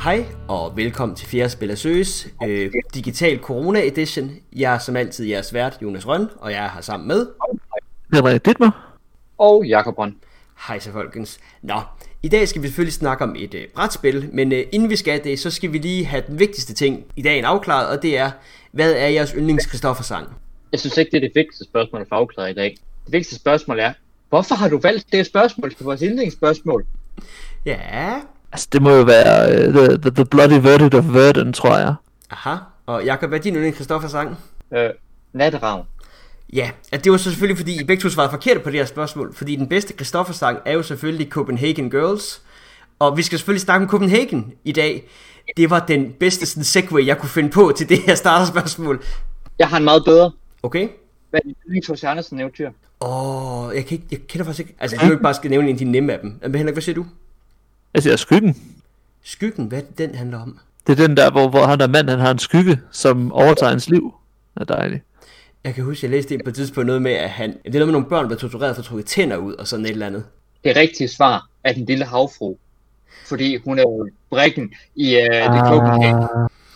Hej og velkommen til Fjerde Spil af Søges, digital corona edition. Jeg er som altid jeres vært, Jonas Røn, og jeg er her sammen med Henrik Dittmer og Jakob Røn. Hej så folkens. Nå, i dag skal vi selvfølgelig snakke om et brætspil, men inden vi skal det, så skal vi lige have den vigtigste ting i dagen afklaret, og det er, hvad er jeres yndlings Christoffer-sang? Jeg synes ikke, det er det vigtigste spørgsmål at få afklaret i dag. Det vigtigste spørgsmål er, hvorfor har du valgt det spørgsmål til vores yndlingsspørgsmål? Ja. Altså, det må jo være the Bloody Verdict of Verdun, tror jeg. Aha, og Jakob, hvad er din yndlings Christoffer-sang? Natteravn. Ja, at det var så selvfølgelig, fordi I begge to svarede forkert på det her spørgsmål, fordi den bedste Christoffer-sang er jo selvfølgelig Copenhagen Girls, og vi skal selvfølgelig snakke om Copenhagen i dag. Det var den bedste sådan, segue, jeg kunne finde på til det her starterspørgsmål. Jeg har en meget bedre. Okay. Hvad er din H.C. Andersen eventyr? Jeg kender faktisk ikke, altså jeg kan jo ikke bare skal nævne en af de nemme af dem. Men Henrik, hvad siger du? Jeg siger Skyggen. Skyggen, hvad den handler om? Det er den der, hvor han der mand, han har en skygge, som overtager hans liv. Det er dejligt. Jeg kan huske, jeg læste det på et tidspunkt noget med, at det er noget med nogle børn, der bliver tortureret for at trukket tænder ud, og sådan et eller andet. Det rigtige svar er den lille havfru. Fordi hun er jo brikken i The Copenhagen.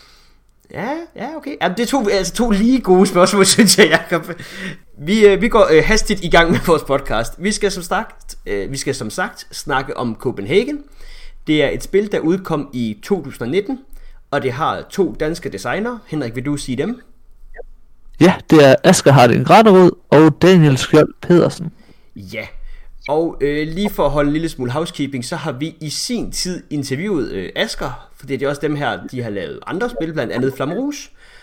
Ja, okay. Jamen, det er to lige gode spørgsmål, synes jeg, Jacob. Vi går hastigt i gang med vores podcast. Vi skal som sagt snakke om Copenhagen. Det er et spil, der udkom i 2019, og det har 2 danske designere. Henrik, vil du sige dem? Ja, det er Asger Harding Granerud og Daniel Skjold Pedersen. Ja, og lige for at holde en lille smule housekeeping, så har vi i sin tid interviewet Asger, fordi det er også dem her, de har lavet andre spil, blandt andet Flamme Rouge.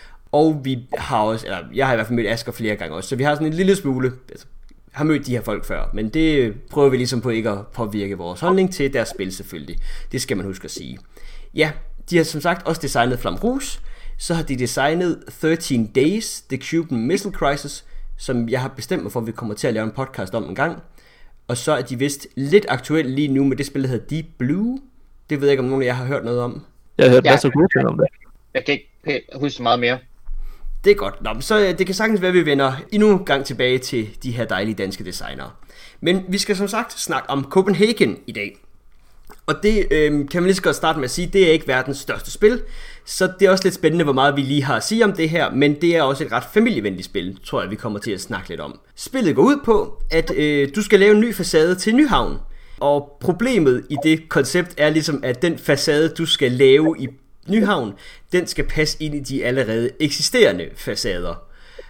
Og vi har også, eller jeg har i hvert fald mødt Asger flere gange også, så vi har sådan en lille smule, har mødt de her folk før, men det prøver vi ligesom på ikke at påvirke vores holdning til deres spil selvfølgelig. Det skal man huske at sige. Ja, de har som sagt også designet Flamme Rouge, så har de designet 13 Days, The Cuban Missile Crisis, som jeg har bestemt mig for, at vi kommer til at lave en podcast om en gang. Og så er de vist lidt aktuelle lige nu med det spil, der hedder Deep Blue. Det ved jeg ikke, om nogen af jer har hørt noget om. Jeg har hørt masser af gode ting om det. Jeg kan ikke huske så meget mere. Det er godt. Nå, så det kan sagtens være, at vi vender endnu en gang tilbage til de her dejlige danske designere. Men vi skal som sagt snakke om Copenhagen i dag. Og det kan man lige så godt starte med at sige, det er ikke verdens største spil. Så det er også lidt spændende, hvor meget vi lige har at sige om det her. Men det er også et ret familievenligt spil, tror jeg, vi kommer til at snakke lidt om. Spillet går ud på, at du skal lave en ny facade til Nyhavn. Og problemet i det koncept er ligesom, at den facade, du skal lave i Nyhavn, den skal passe ind i de allerede eksisterende facader.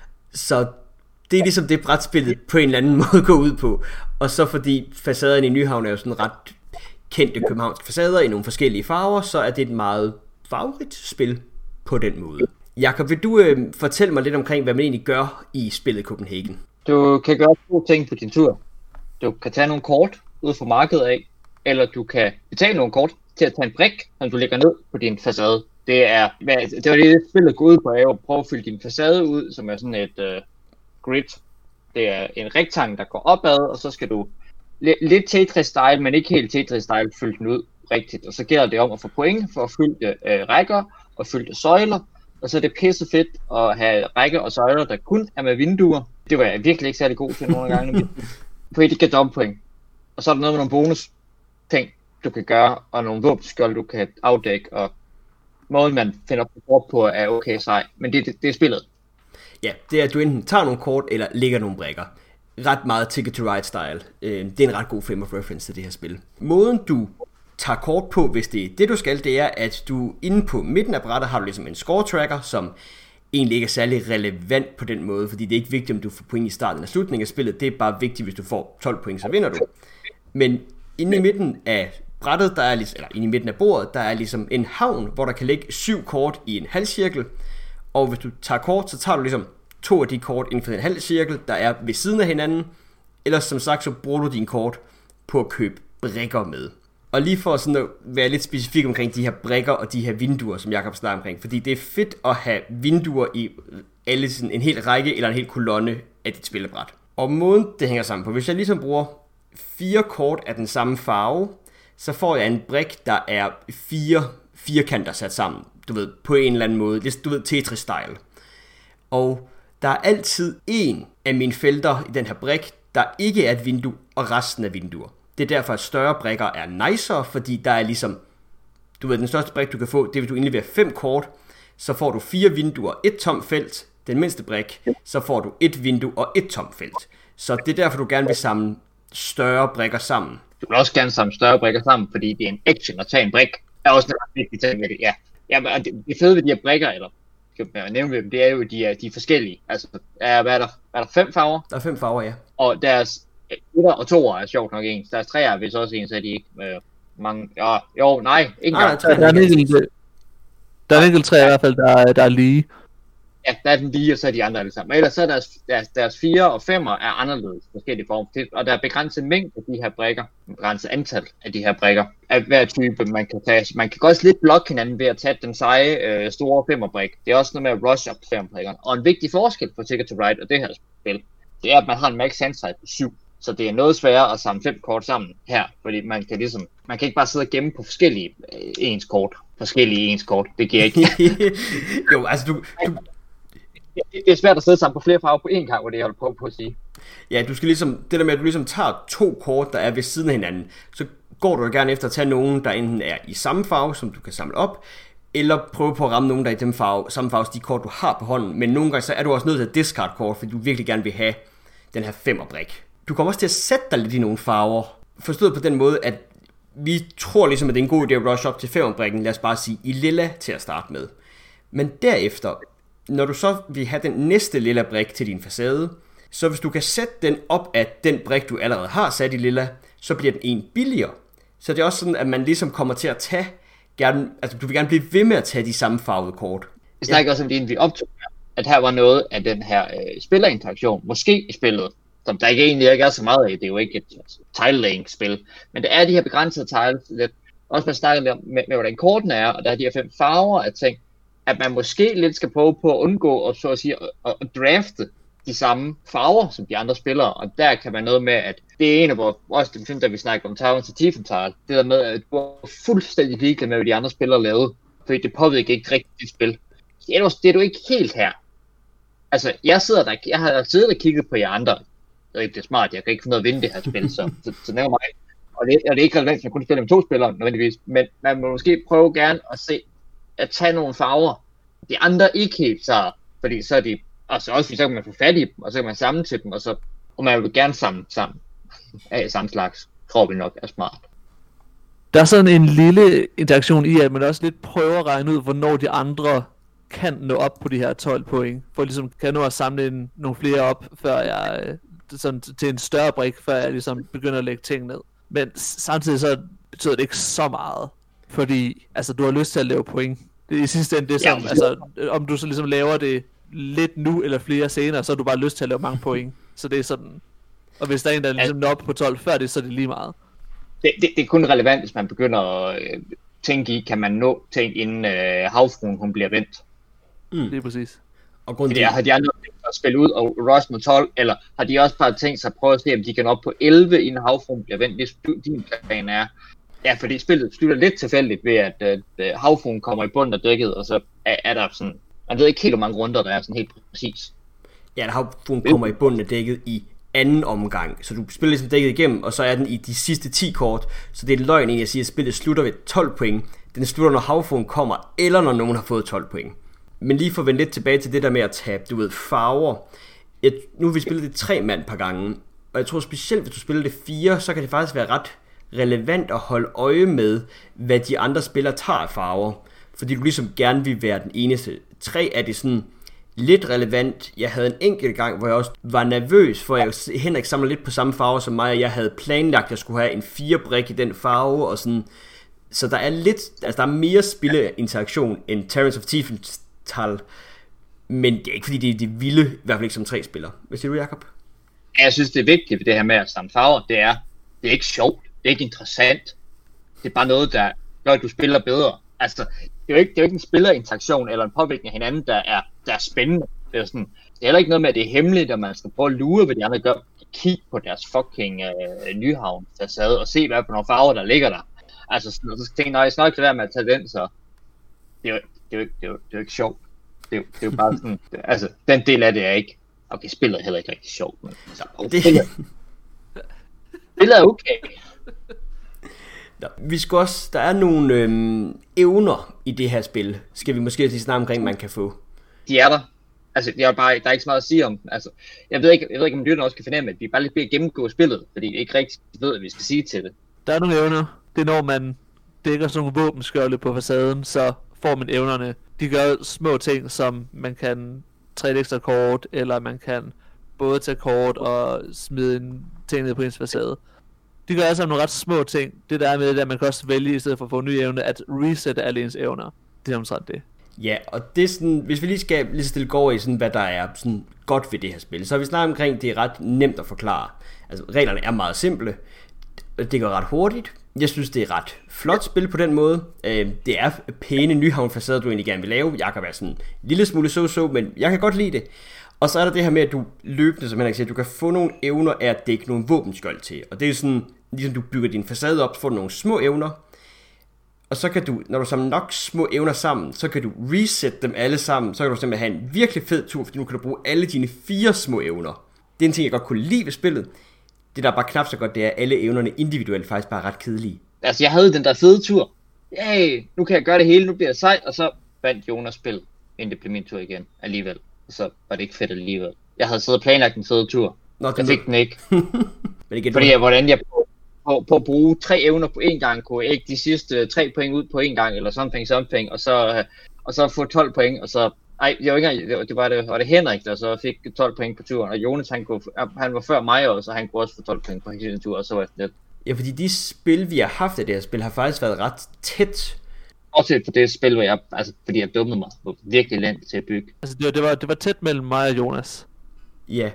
Så det er ligesom det brætspillet på en eller anden måde går ud på. Og så fordi facaderne i Nyhavn er jo sådan ret kendte københavnske facader i nogle forskellige farver, så er det et meget farverigt spil på den måde. Jakob, vil du fortælle mig lidt omkring, hvad man egentlig gør i spillet Copenhagen? Du kan gøre 2 ting på din tur. Du kan tage nogle kort ud fra markedet af, eller du kan betale nogle kort til at tage en brik, når du lægger ned på din facade. Det var det spillet går ud på, er at prøve at fylde din facade ud, som er sådan et grid. Det er en rektangel, der går opad, og så skal du lidt Tetris-style, men ikke helt Tetris-style, fylde den ud rigtigt. Og så gælder det om at få point for at fylde rækker og fylde søjler. Og så er det pisse fedt at have rækker og søjler, der kun er med vinduer. Det var jeg virkelig ikke særlig god til nogle gange. For ikke get point. Og så er der noget med nogle bonus ting, du kan gøre, og nogle våbenskjold, du kan afdække, og måden man finder på er okay sej. Men det er spillet. Ja, det er at du enten tager nogle kort, eller lægger nogle brikker. Ret meget Ticket to Ride style. Det er en ret god frame of reference til det her spil. Måden du tager kort på, hvis det er det du skal, det er at du inde på midten af brættet har du ligesom en score tracker, som egentlig ikke er særlig relevant på den måde, fordi det er ikke vigtigt om du får point i starten og slutningen af spillet, det er bare vigtigt hvis du får 12 point, så vinder du. Men inde i midten af brættet, eller inde i midten af bordet, der er ligesom en havn, hvor der kan ligge 7 kort i en halvcirkel, og hvis du tager kort, så tager du ligesom 2 af de kort inden for den halv cirkel, der er ved siden af hinanden. Ellers som sagt, så bruger du din kort på at købe brikker med. Og lige for sådan at være lidt specifik omkring de her brikker og de her vinduer, som Jakob snakker omkring. Fordi det er fedt at have vinduer i alle sådan en hel række eller en hel kolonne af dit spillebræt. Og måden det hænger sammen på, hvis jeg ligesom bruger 4 kort af den samme farve, så får jeg en brik, der er 4 firkanter sat sammen. Du ved, på en eller anden måde. Det er, du ved, Tetris-style. Og der er altid en af mine felter i den her brik, der ikke er et vindue, og resten er vinduer. Det er derfor, at større brikker er nicer, fordi der er ligesom du ved, den største brik, du kan få, det er, hvis du indleverer 5 kort, så får du 4 vinduer, 1 tomt felt, den mindste brik, så får du 1 vindue og 1 tomt felt. Så det er derfor, du gerne vil samle større brikker sammen. Du vil også gerne samle større brikker sammen, fordi det er en action at tage en brik. Er også en vigtig ting med det, ja. Ja, det fede ved de her brikker, eller skal jeg nævne dem, det er jo, de er forskellige. Altså, hvad er der 5 farver? Der er 5 farver, ja. Og deres 1'er og 2'er er sjovt nok ens. Deres 3'er er vist også ens, så er de ikke mange... Ja, jo, nej, ikke engang. Der er en enkelt 3 i hvert fald, der er lige. Ja, der er den lige, og så er de andre alle sammen. Men ellers så er deres 4 og 5'er er anderledes forskellige former. Og der er begrænset mængde af de her brikker, begrænset antal af de her brikker, af hver type man kan tage. Man kan også lidt blokke hinanden ved at tage den seje, store 5'er-brik. Det er også noget med at rush op 5'er-brikkerne. Og en vigtig forskel på Ticket to Ride og det her spil, det er, at man har en max hand size på 7. Så det er noget sværere at samle 5 kort sammen her, fordi man kan ikke bare sidde og gemme på forskellige ens kort. Det giver ikke. Jo, altså det er svært at sidde sammen på flere farver på én gang, hvor det jeg holder på at sige. Ja, du skal ligesom, det der med, at du ligesom tager 2 kort, der er ved siden af hinanden, så går du gerne efter at tage nogen, der enten er i samme farve, som du kan samle op, eller prøve på at ramme nogen, der er i samme farve, de kort, du har på hånden. Men nogle gange så er du også nødt til at discard kort, fordi du virkelig gerne vil have den her 5'er-brik. Du kommer også til at sætte dig lidt i nogle farver. Forstået på den måde, at vi tror ligesom, at det er en god idé at rush op til 5'er-brikken, lad os bare sige i lilla til at starte med. Men derefter, når du så vil have den næste lilla brik til din facade, så hvis du kan sætte den op af den brik, du allerede har sat i lilla, så bliver den en billigere. Så det er også sådan, at man ligesom kommer til at tage, altså du vil gerne blive ved med at tage de samme farvede kort. Vi snakker også om det, inden vi optog, at her var noget af den her spillerinteraktion, måske i spillet, som der egentlig ikke er så meget af. Det er jo ikke et tile-laying-spil, men det er de her begrænsede tiles lidt. Også man snakker med hvordan kortene er, og der er de her 5 farver af ting, at man måske lidt skal prøve på at undgå og så at sige at drafte de samme farver som de andre spillere, og der kan man noget med, at det er en af vores, også det synes, at vi snakker om Towers og Tiefenthal, det der med, at du er fuldstændig ligeglad med, hvad de andre spillere lavede, fordi det påvirker ikke rigtigt dit spil. Det er du ikke helt her. Altså, jeg har siddet og kigget på jer andre, det er smart, jeg kan ikke finde noget at vinde det her spil, så nævner mig. Og det er ikke relevant, at jeg kun spiller med 2 spillere nødvendigvis, men man må måske prøve gerne at tage nogle farver, de andre ikke helt så, fordi så er de, altså også så kan man få fat i dem, og så kan man samle til dem, og man vil gerne samle sammen af samme slags, tror vi nok er smart. Der er sådan en lille interaktion i, at man også lidt prøver at regne ud, hvornår de andre kan nå op på de her 12 point, for ligesom kan nå at samle nogle flere op, før jeg sådan til en større brik, før jeg ligesom begynder at lægge ting ned. Men samtidig så betyder det ikke så meget, fordi altså du har lyst til at lave point. Det er i sidste ende det som, altså om du så ligesom laver det lidt nu eller flere senere, så har du bare lyst til at lave mange point. Så det er sådan, og hvis der er en, der ligesom når op på 12 før det, så er det lige meget. Det er kun relevant, hvis man begynder at tænke i, kan man nå ting inden havfruen hun bliver vendt. Det er præcis. Og har de andre tænkt at spille ud og rush med 12, eller har de også bare tænkt sig at prøve at se, om de kan nå op på 11, inden havfruen bliver vendt, hvis din plan er. Ja, fordi spillet slutter lidt tilfældigt ved, at havfruen kommer i bunden af dækket, og så er der sådan, man ved ikke helt, hvor mange runder der er sådan helt præcis. Ja, havfruen kommer i bunden af dækket i anden omgang, så du spiller ligesom dækket igennem, og så er den i de sidste 10 kort, så det er løgn egentlig at sige, at spillet slutter ved 12 point. Den slutter, når havfruen kommer, eller når nogen har fået 12 point. Men lige for at vende lidt tilbage til det der med at tabe, du ved, farver. Nu har vi spillet det 3 mand par gange, og jeg tror specielt, hvis du spiller det 4, så kan det faktisk være ret relevant at holde øje med, hvad de andre spillere tager af farver. Fordi du ligesom gerne vil være den eneste. 3 er det sådan lidt relevant. Jeg havde en enkelt gang, hvor jeg også var nervøs, for Henrik samler lidt på samme farve som mig, og jeg havde planlagt, at jeg skulle have en 4-brik i den farve, og sådan. Så der er lidt, altså der er mere spilleinteraktion end Terrence of Tiefenthal, men det er ikke fordi det er vilde, i hvert fald ikke som 3 spillere. Hvad siger du, Jacob? Jeg synes, det er vigtigt ved det her med at samle farver, det er ikke sjovt, det er ikke interessant, det er bare noget, der gør, at du spiller bedre. Altså, det er jo ikke en spillerinteraktion eller en påvirkning af hinanden, der er spændende. Det er heller ikke noget med, at det er hemmeligt, og man skal prøve at lure, hvad de andre gør. Kig på deres fucking Nyhavn facade og se, hvad for nogle farver, der ligger der. Altså, så tænker jeg, jeg skal nok lade være med at tage den, så det er jo ikke sjovt. Det er jo bare sådan, altså, den del af det er ikke, okay, spillet er heller ikke rigtig sjovt, men så, spillet er okay. Ja. Der er nogle evner i det her spil. Skal vi måske lige snakke omkring, man kan få? De er der. Altså, der er ikke så meget at sige om dem. Altså, jeg ved ikke om lytterne også kan fornemme, at vi bare lidt bliver gennemgå spillet, fordi vi ikke rigtig ved, hvad vi skal sige til det. Der er nogle evner. Det er når man dækker sådan nogle våbenskjolde på facaden, så får man evnerne. De gør små ting, som man kan træde et ekstra kort, eller man kan både tage kort og smide en ting ned på ens facade. De gør altså nogle ret små ting. Det der er med det der, man kan også vælge, i stedet for at få nye evner, at resette alle ens evner. Det er omtrent det. Ja, og det er sådan, hvis vi lige skal lige stille gå over i sådan, hvad der er sådan godt ved det her spil, så har vi snakket omkring, det er ret nemt at forklare. Altså, reglerne er meget simple. Det går ret hurtigt. Jeg synes, det er ret flot spil på den måde. Det er pæne Nyhavn-facader, du egentlig gerne vil lave. Jeg kan være sådan en lille smule så, men jeg kan godt lide det. Og så er der det her med, at du løbende, som Henrik siger, du kan få nogle evner af at dække nogle våbenskjold til. Og det er sådan, ligesom du bygger din facade op, så får du nogle små evner. Og så kan du, når du samler nok små evner sammen, så kan du reset dem alle sammen. Så kan du simpelthen have en virkelig fed tur, fordi nu kan du bruge alle dine 4 små evner. Det er en ting, jeg godt kunne lide ved spillet. Det der er bare knap så godt, det er, at alle evnerne individuelt faktisk bare er ret kedelige. Altså, jeg havde den der fede tur. Yay, nu kan jeg gøre det hele, nu bliver jeg sej, og så vandt Jonas spil, inden det blev min tur igen alligevel. Og så var det ikke fedt alligevel. Jeg havde siddet og planlagt en fed tur. Jeg fik den ikke. Men igen, fordi hvordan jeg på at bruge 3 evner på én gang, kunne jeg ikke de sidste 3 point ud på én gang, eller something, og så få 12 point, og så... Ej, det var det Henrik, der så fik 12 point på turen, og Jonas, han var før mig også, og han kunne også få 12 point på sin tur, og så var det lidt. Ja, fordi de spil, vi har haft af det her spil, har faktisk været ret tæt. Også på det spil, hvor fordi jeg dummede mig, var virkelig land til at bygge. Altså, det var tæt mellem mig og Jonas. Ja.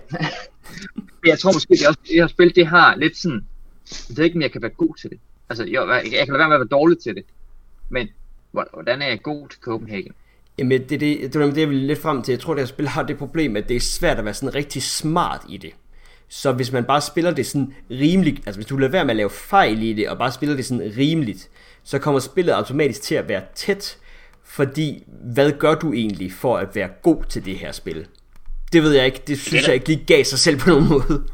Jeg tror måske, det her spil, det har lidt sådan... Jeg ved ikke, om jeg kan være god til det. Altså, jeg kan lade være med at være dårlig til det. Men hvordan er jeg god til Copenhagen? Jamen, det var det, jeg ville lidt frem til. Jeg tror, det her spil har det problem, at det er svært at være sådan rigtig smart i det. Så hvis man bare spiller det sådan rimeligt, altså hvis du lader være med at lave fejl i det, og bare spiller det sådan rimeligt, så kommer spillet automatisk til at være tæt, fordi hvad gør du egentlig for at være god til det her spil? Det ved jeg ikke, det synes jeg ikke lige gav sig selv på nogen måde.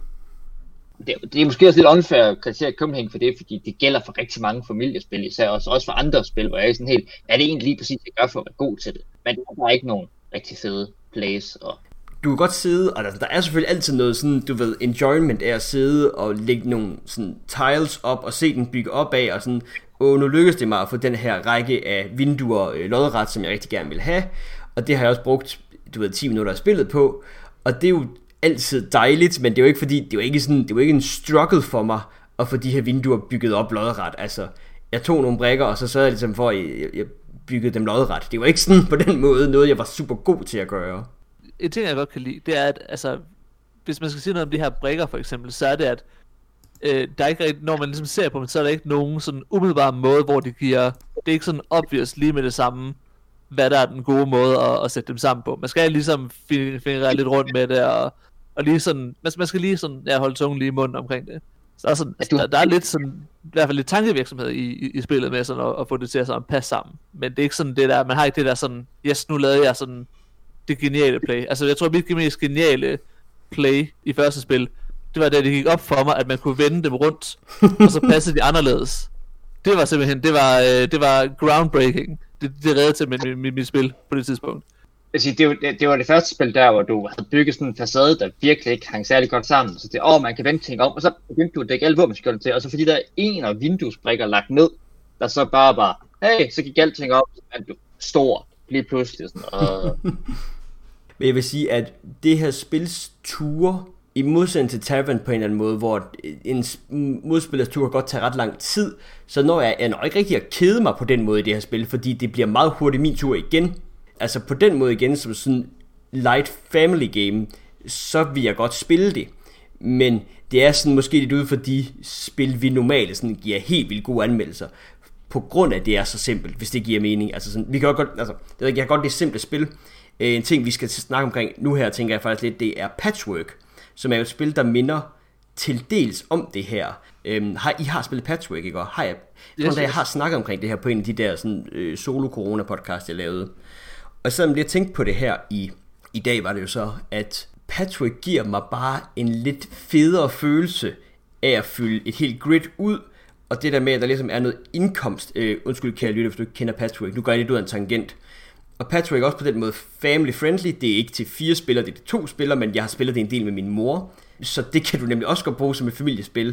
Det er måske også lidt unfair at kritisere Copenhagen for det, fordi det gælder for rigtig mange familiespil, især også for andre spil, hvor jeg er sådan helt, er det egentlig lige præcis, det gør for at være god til det? Men der er bare ikke nogen rigtig fede plays. Og... Du kan godt sidde, og der er selvfølgelig altid noget sådan, du ved, enjoyment af at sidde og lægge nogle sådan tiles op og se den bygge op af, og sådan, nu lykkes det mig at få den her række af vinduer lodret, som jeg rigtig gerne vil have, og det har jeg også brugt, 10 minutter af spillet på, og det er jo altid dejligt, men det er jo ikke fordi, det er jo ikke en struggle for mig at få de her vinduer bygget op lodret. Altså, jeg tog nogle brikker, og så sørgede jeg ligesom for, at jeg byggede dem lodret. Det var ikke sådan på den måde noget, jeg var super god til at gøre. En ting, jeg godt kan lide, det er, at altså, hvis man skal sige noget om de her brikker for eksempel, så er det, at der er ikke rigtig, når man ligesom ser på dem, så er der ikke nogen sådan umiddelbare måde, hvor det giver, det er ikke sådan obvious lige med det samme, hvad der er den gode måde at sætte dem sammen på. Man skal ligesom finde lidt rundt med det, og lige sådan, man skal lige sådan, holde tungen lige i munden omkring det. Så der er, sådan, der er lidt sådan, i hvert fald lidt tankevirksomhed i spillet med sådan at få det til at sådan passe sammen. Men det er ikke sådan det der, man har ikke det der sådan, yes, nu lavede jeg sådan det geniale play. Altså jeg tror, mit mest geniale play i første spil, det var da det gik op for mig, at man kunne vende dem rundt, og så passede de anderledes. Det var simpelthen, det var groundbreaking. Det reddede til mit spil på det tidspunkt. Det var det første spil der, hvor du havde bygget sådan en facade, der virkelig ikke hang særlig godt sammen. Så det man kan vende ting om, og så begyndte du at dække alle våbenskjolde til, og så fordi der er en af vinduesbrikker lagt ned, der så bare, hey, så gik alting op, så er du stor, lige pludselig sådan. Men jeg vil sige, at det her spils ture, i modsætning til Tavern på en eller anden måde, hvor en modspillers tur kan godt tage ret lang tid, så når jeg når ikke rigtig at kede mig på den måde i det her spil, fordi det bliver meget hurtigt min tur igen. Altså på den måde igen, som sådan light family game, så vil jeg godt spille det. Men det er sådan måske lidt ude for de spil, vi normalt sådan giver helt vildt gode anmeldelser. På grund af, at det er så simpelt, hvis det giver mening. Altså sådan, vi kan godt, altså, jeg kan godt lide simple spil. En ting, vi skal snakke omkring nu her, tænker jeg faktisk lidt, det er Patchwork, som er jo et spil, der minder til dels om det her. I har spillet Patchwork, ikke? Har jeg? Jeg har snakket omkring det her på en af de der sådan, solo-corona-podcast, jeg lavede. Og selvom jeg tænkte på det her i dag, var det jo så, at Patchwork giver mig bare en lidt federe følelse af at fylde et helt grid ud, Og det der med, at der ligesom er noget indkomst, undskyld kære lytter, hvis du ikke kender Patchwork, nu går jeg lidt ud af en tangent. Og Patchwork er også på den måde family friendly, det er ikke til 4 spillere, det er til 2 spillere, men jeg har spillet det en del med min mor, så det kan du nemlig også godt bruge som et familiespil.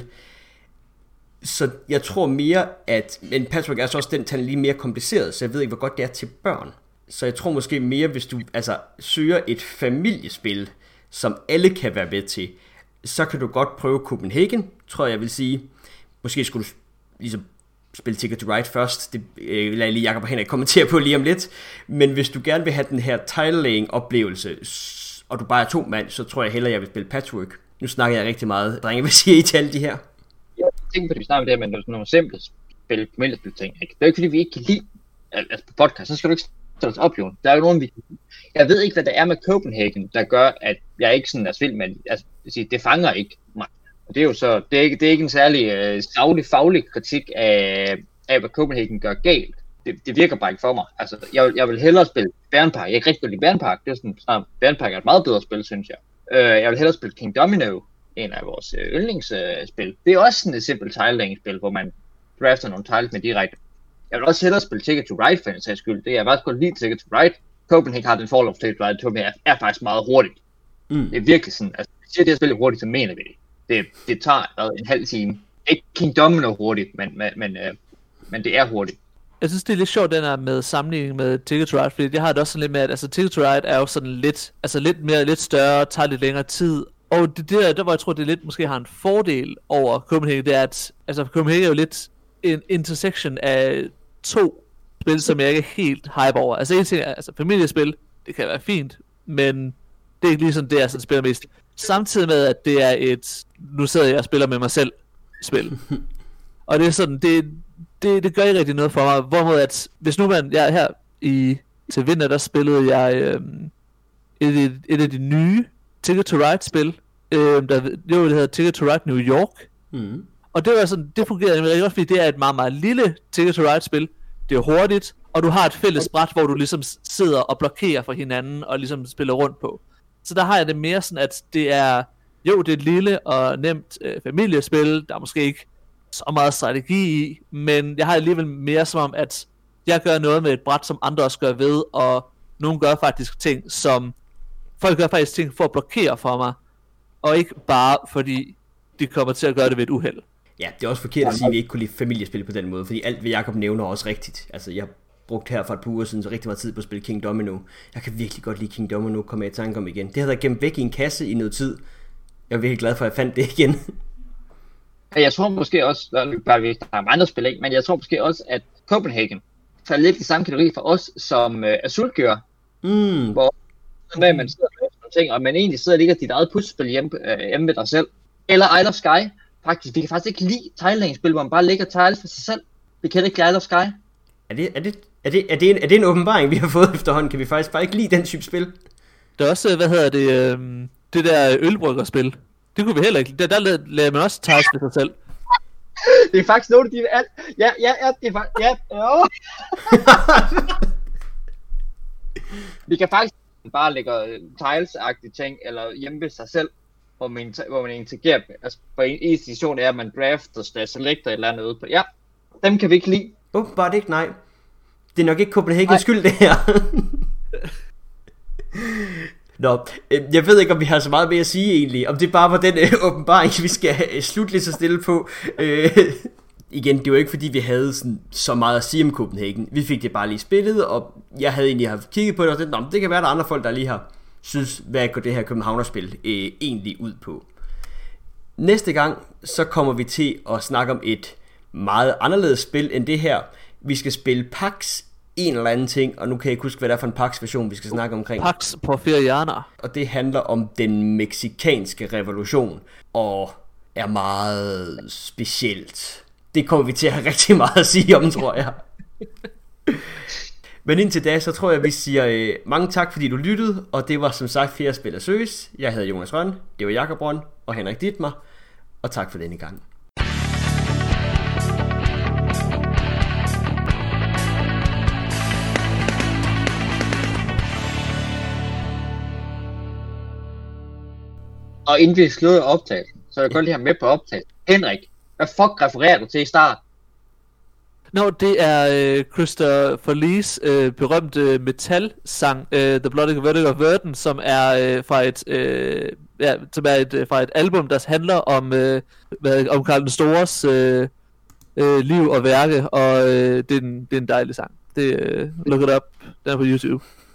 Så jeg tror mere, men Patchwork er så også den lige mere kompliceret, så jeg ved ikke, hvor godt det er til børn. Så jeg tror måske mere, hvis du søger et familiespil, som alle kan være med til, så kan du godt prøve Copenhagen, tror jeg vil sige. Måske skulle du ligesom spille Ticket to Ride først, det lader jeg lige Jacob og Henrik kommentere på lige om lidt. Men hvis du gerne vil have den her tile-laying oplevelse, og du bare er 2 mand, så tror jeg hellere, jeg vil spille Patchwork. Nu snakker jeg rigtig meget. Drenge, hvad siger I til alle de her? Jeg tænker på, at vi snakker med det her med nogle simple spil, familiespil ting. Ikke? Det er jo ikke fordi, vi ikke kan lide, altså på podcast, så skal du ikke stille os op, jo. Der er jo nogen, jeg ved ikke, hvad det er med Copenhagen, der gør, at jeg ikke sådan er vild med, altså, det fanger ikke mig. Og det er jo så, det er ikke en særlig saglig, faglig kritik af, hvad Copenhagen gør galt. Det virker bare ikke for mig. Altså, jeg vil hellere spille Bernpark. Jeg er ikke rigtig godt lide Bernpark. Det er sådan, Bernpark er et meget bedre spil, synes jeg. Jeg vil hellere spille King Domino, en af vores yndlingsspil. Det er også sådan et simpelt tile-laying-spil, hvor man drafter nogle tiles med direkte. Jeg vil også hellere spille Ticket to Ride for en sags skyld. Det er faktisk godt lide Ticket to Ride. Copenhagen har den Fall of Ticket to Ride, som er faktisk meget hurtigt. Det er virkelig sådan, altså, hvis jeg siger, det er spillet hurtigt, så mener vi det. Det tager en halv time. Ikke King Domino hurtigt, men det er hurtigt. Jeg synes, det er lidt sjovt, den her med sammenligning med Ticket to Ride, fordi jeg har det også sådan lidt med, at altså, Ticket to Ride er jo sådan lidt større, tager lidt længere tid. Og der hvor jeg tror, det lidt måske har en fordel over Copenhagen, det er, at altså, Copenhagen er jo lidt en intersection af 2 spil, som jeg ikke er helt hype over. Altså en ting er, altså familiespil, det kan være fint, men det er ikke ligesom det, jeg sådan spiller mest. Samtidig med, at det er et, nu sidder jeg og spiller med mig selv, spil. Og det er sådan, det gør ikke rigtig noget for mig. Hvorimod at, hvis nu jeg her til vinter, der spillede jeg et af de nye Ticket to Ride spil, det hedder Ticket to Ride New York. Og det var sådan, det fungerede rigtig godt, fordi det er et meget, meget lille Ticket to Ride spil. Det er hurtigt, og du har et fælles bræt, hvor du ligesom sidder og blokerer for hinanden, og ligesom spiller rundt på. Så der har jeg det mere sådan, at det er et lille og nemt familiespil, der er måske ikke så meget strategi i, men jeg har alligevel mere som om, at jeg gør noget med et bræt, som andre også gør ved, og nogen gør faktisk ting, som folk gør faktisk ting for at blokere for mig, og ikke bare fordi de kommer til at gøre det ved et uheld. Ja, det er også forkert at sige, at vi ikke kunne lide familiespil på den måde, fordi alt hvad Jacob nævner er også rigtigt. Altså, jeg har brugt her for et par uger siden så rigtig meget tid på at spille King Domino. Jeg kan virkelig godt lide King Domino, kommer jeg i tanke om igen. Det har været gemt væk i en kasse i noget tid. Jeg er virkelig glad for, at jeg fandt det igen. Jeg tror måske også, der er andre spil, ikke? Men jeg tror måske også, at Copenhagen falder lidt i samme kategori for os, som Azul gør. Hvor man sidder med nogle ting, og man egentlig sidder og ligger dit eget puslespil hjemme med dig selv. Eller Isle of Sky. Faktisk, vi kan faktisk ikke lide tile-laying-spil, hvor man bare lægger tiles for sig selv. Vi kan ikke lide Isle of Sky. Er det en åbenbaring, vi har fået efterhånden? Kan vi faktisk bare ikke lide den type spil? Der er også, det der ølbryggerspil. Det kunne vi heller ikke. Der lader man også tiles for sig selv. Det er faktisk nogle af de... Ja, det er faktisk... Ja, Vi kan faktisk bare lægge tiles-agtige ting, eller hjemme ved sig selv, hvor man interagerer. Altså, for en situation er, at man drafter, selecter et eller andet ude på. Ja, dem kan vi ikke lide. Bare det ikke, nej. Det er nok ikke Copenhagens skyld, det her. Nå, jeg ved ikke, om vi har så meget mere at sige egentlig. Om det bare var den åbenbaring, vi skal slutte lidt så stille på. Igen, det var ikke fordi, vi havde så meget at sige om Copenhagen. Vi fik det bare lige spillet, og jeg havde egentlig haft kigget på det, og tænkt, det kan være, der er andre folk, der lige har synes, hvad går det her Københavnerspil egentlig ud på. Næste gang, så kommer vi til at snakke om et meget anderledes spil end det her. Vi skal spille PAX en eller anden ting, og nu kan jeg ikke huske, hvad det er for en PAX-version, vi skal snakke omkring. PAX Porfirianer. Og det handler om den mexikanske revolution, og er meget specielt. Det kommer vi til at have rigtig meget at sige om, tror jeg. Men indtil da, så tror jeg, vi siger mange tak, fordi du lyttede, og det var som sagt Fjerde Spiller Søs. Jeg hedder Jonas Røn, det var Jakob Røn og Henrik Dittmar, og tak for denne gang. Og inden vi slutter optagelsen, så vil jeg godt lige have med på optagelsen. Henrik, hvad fuck refererer du til i start? Det er Christopher Lees berømte metal-sang, The Bloody Verdict of Verdun, som er fra et album, der handler om Karl den Stores liv og værke, og det er en dejlig sang. Look it up, den er på YouTube.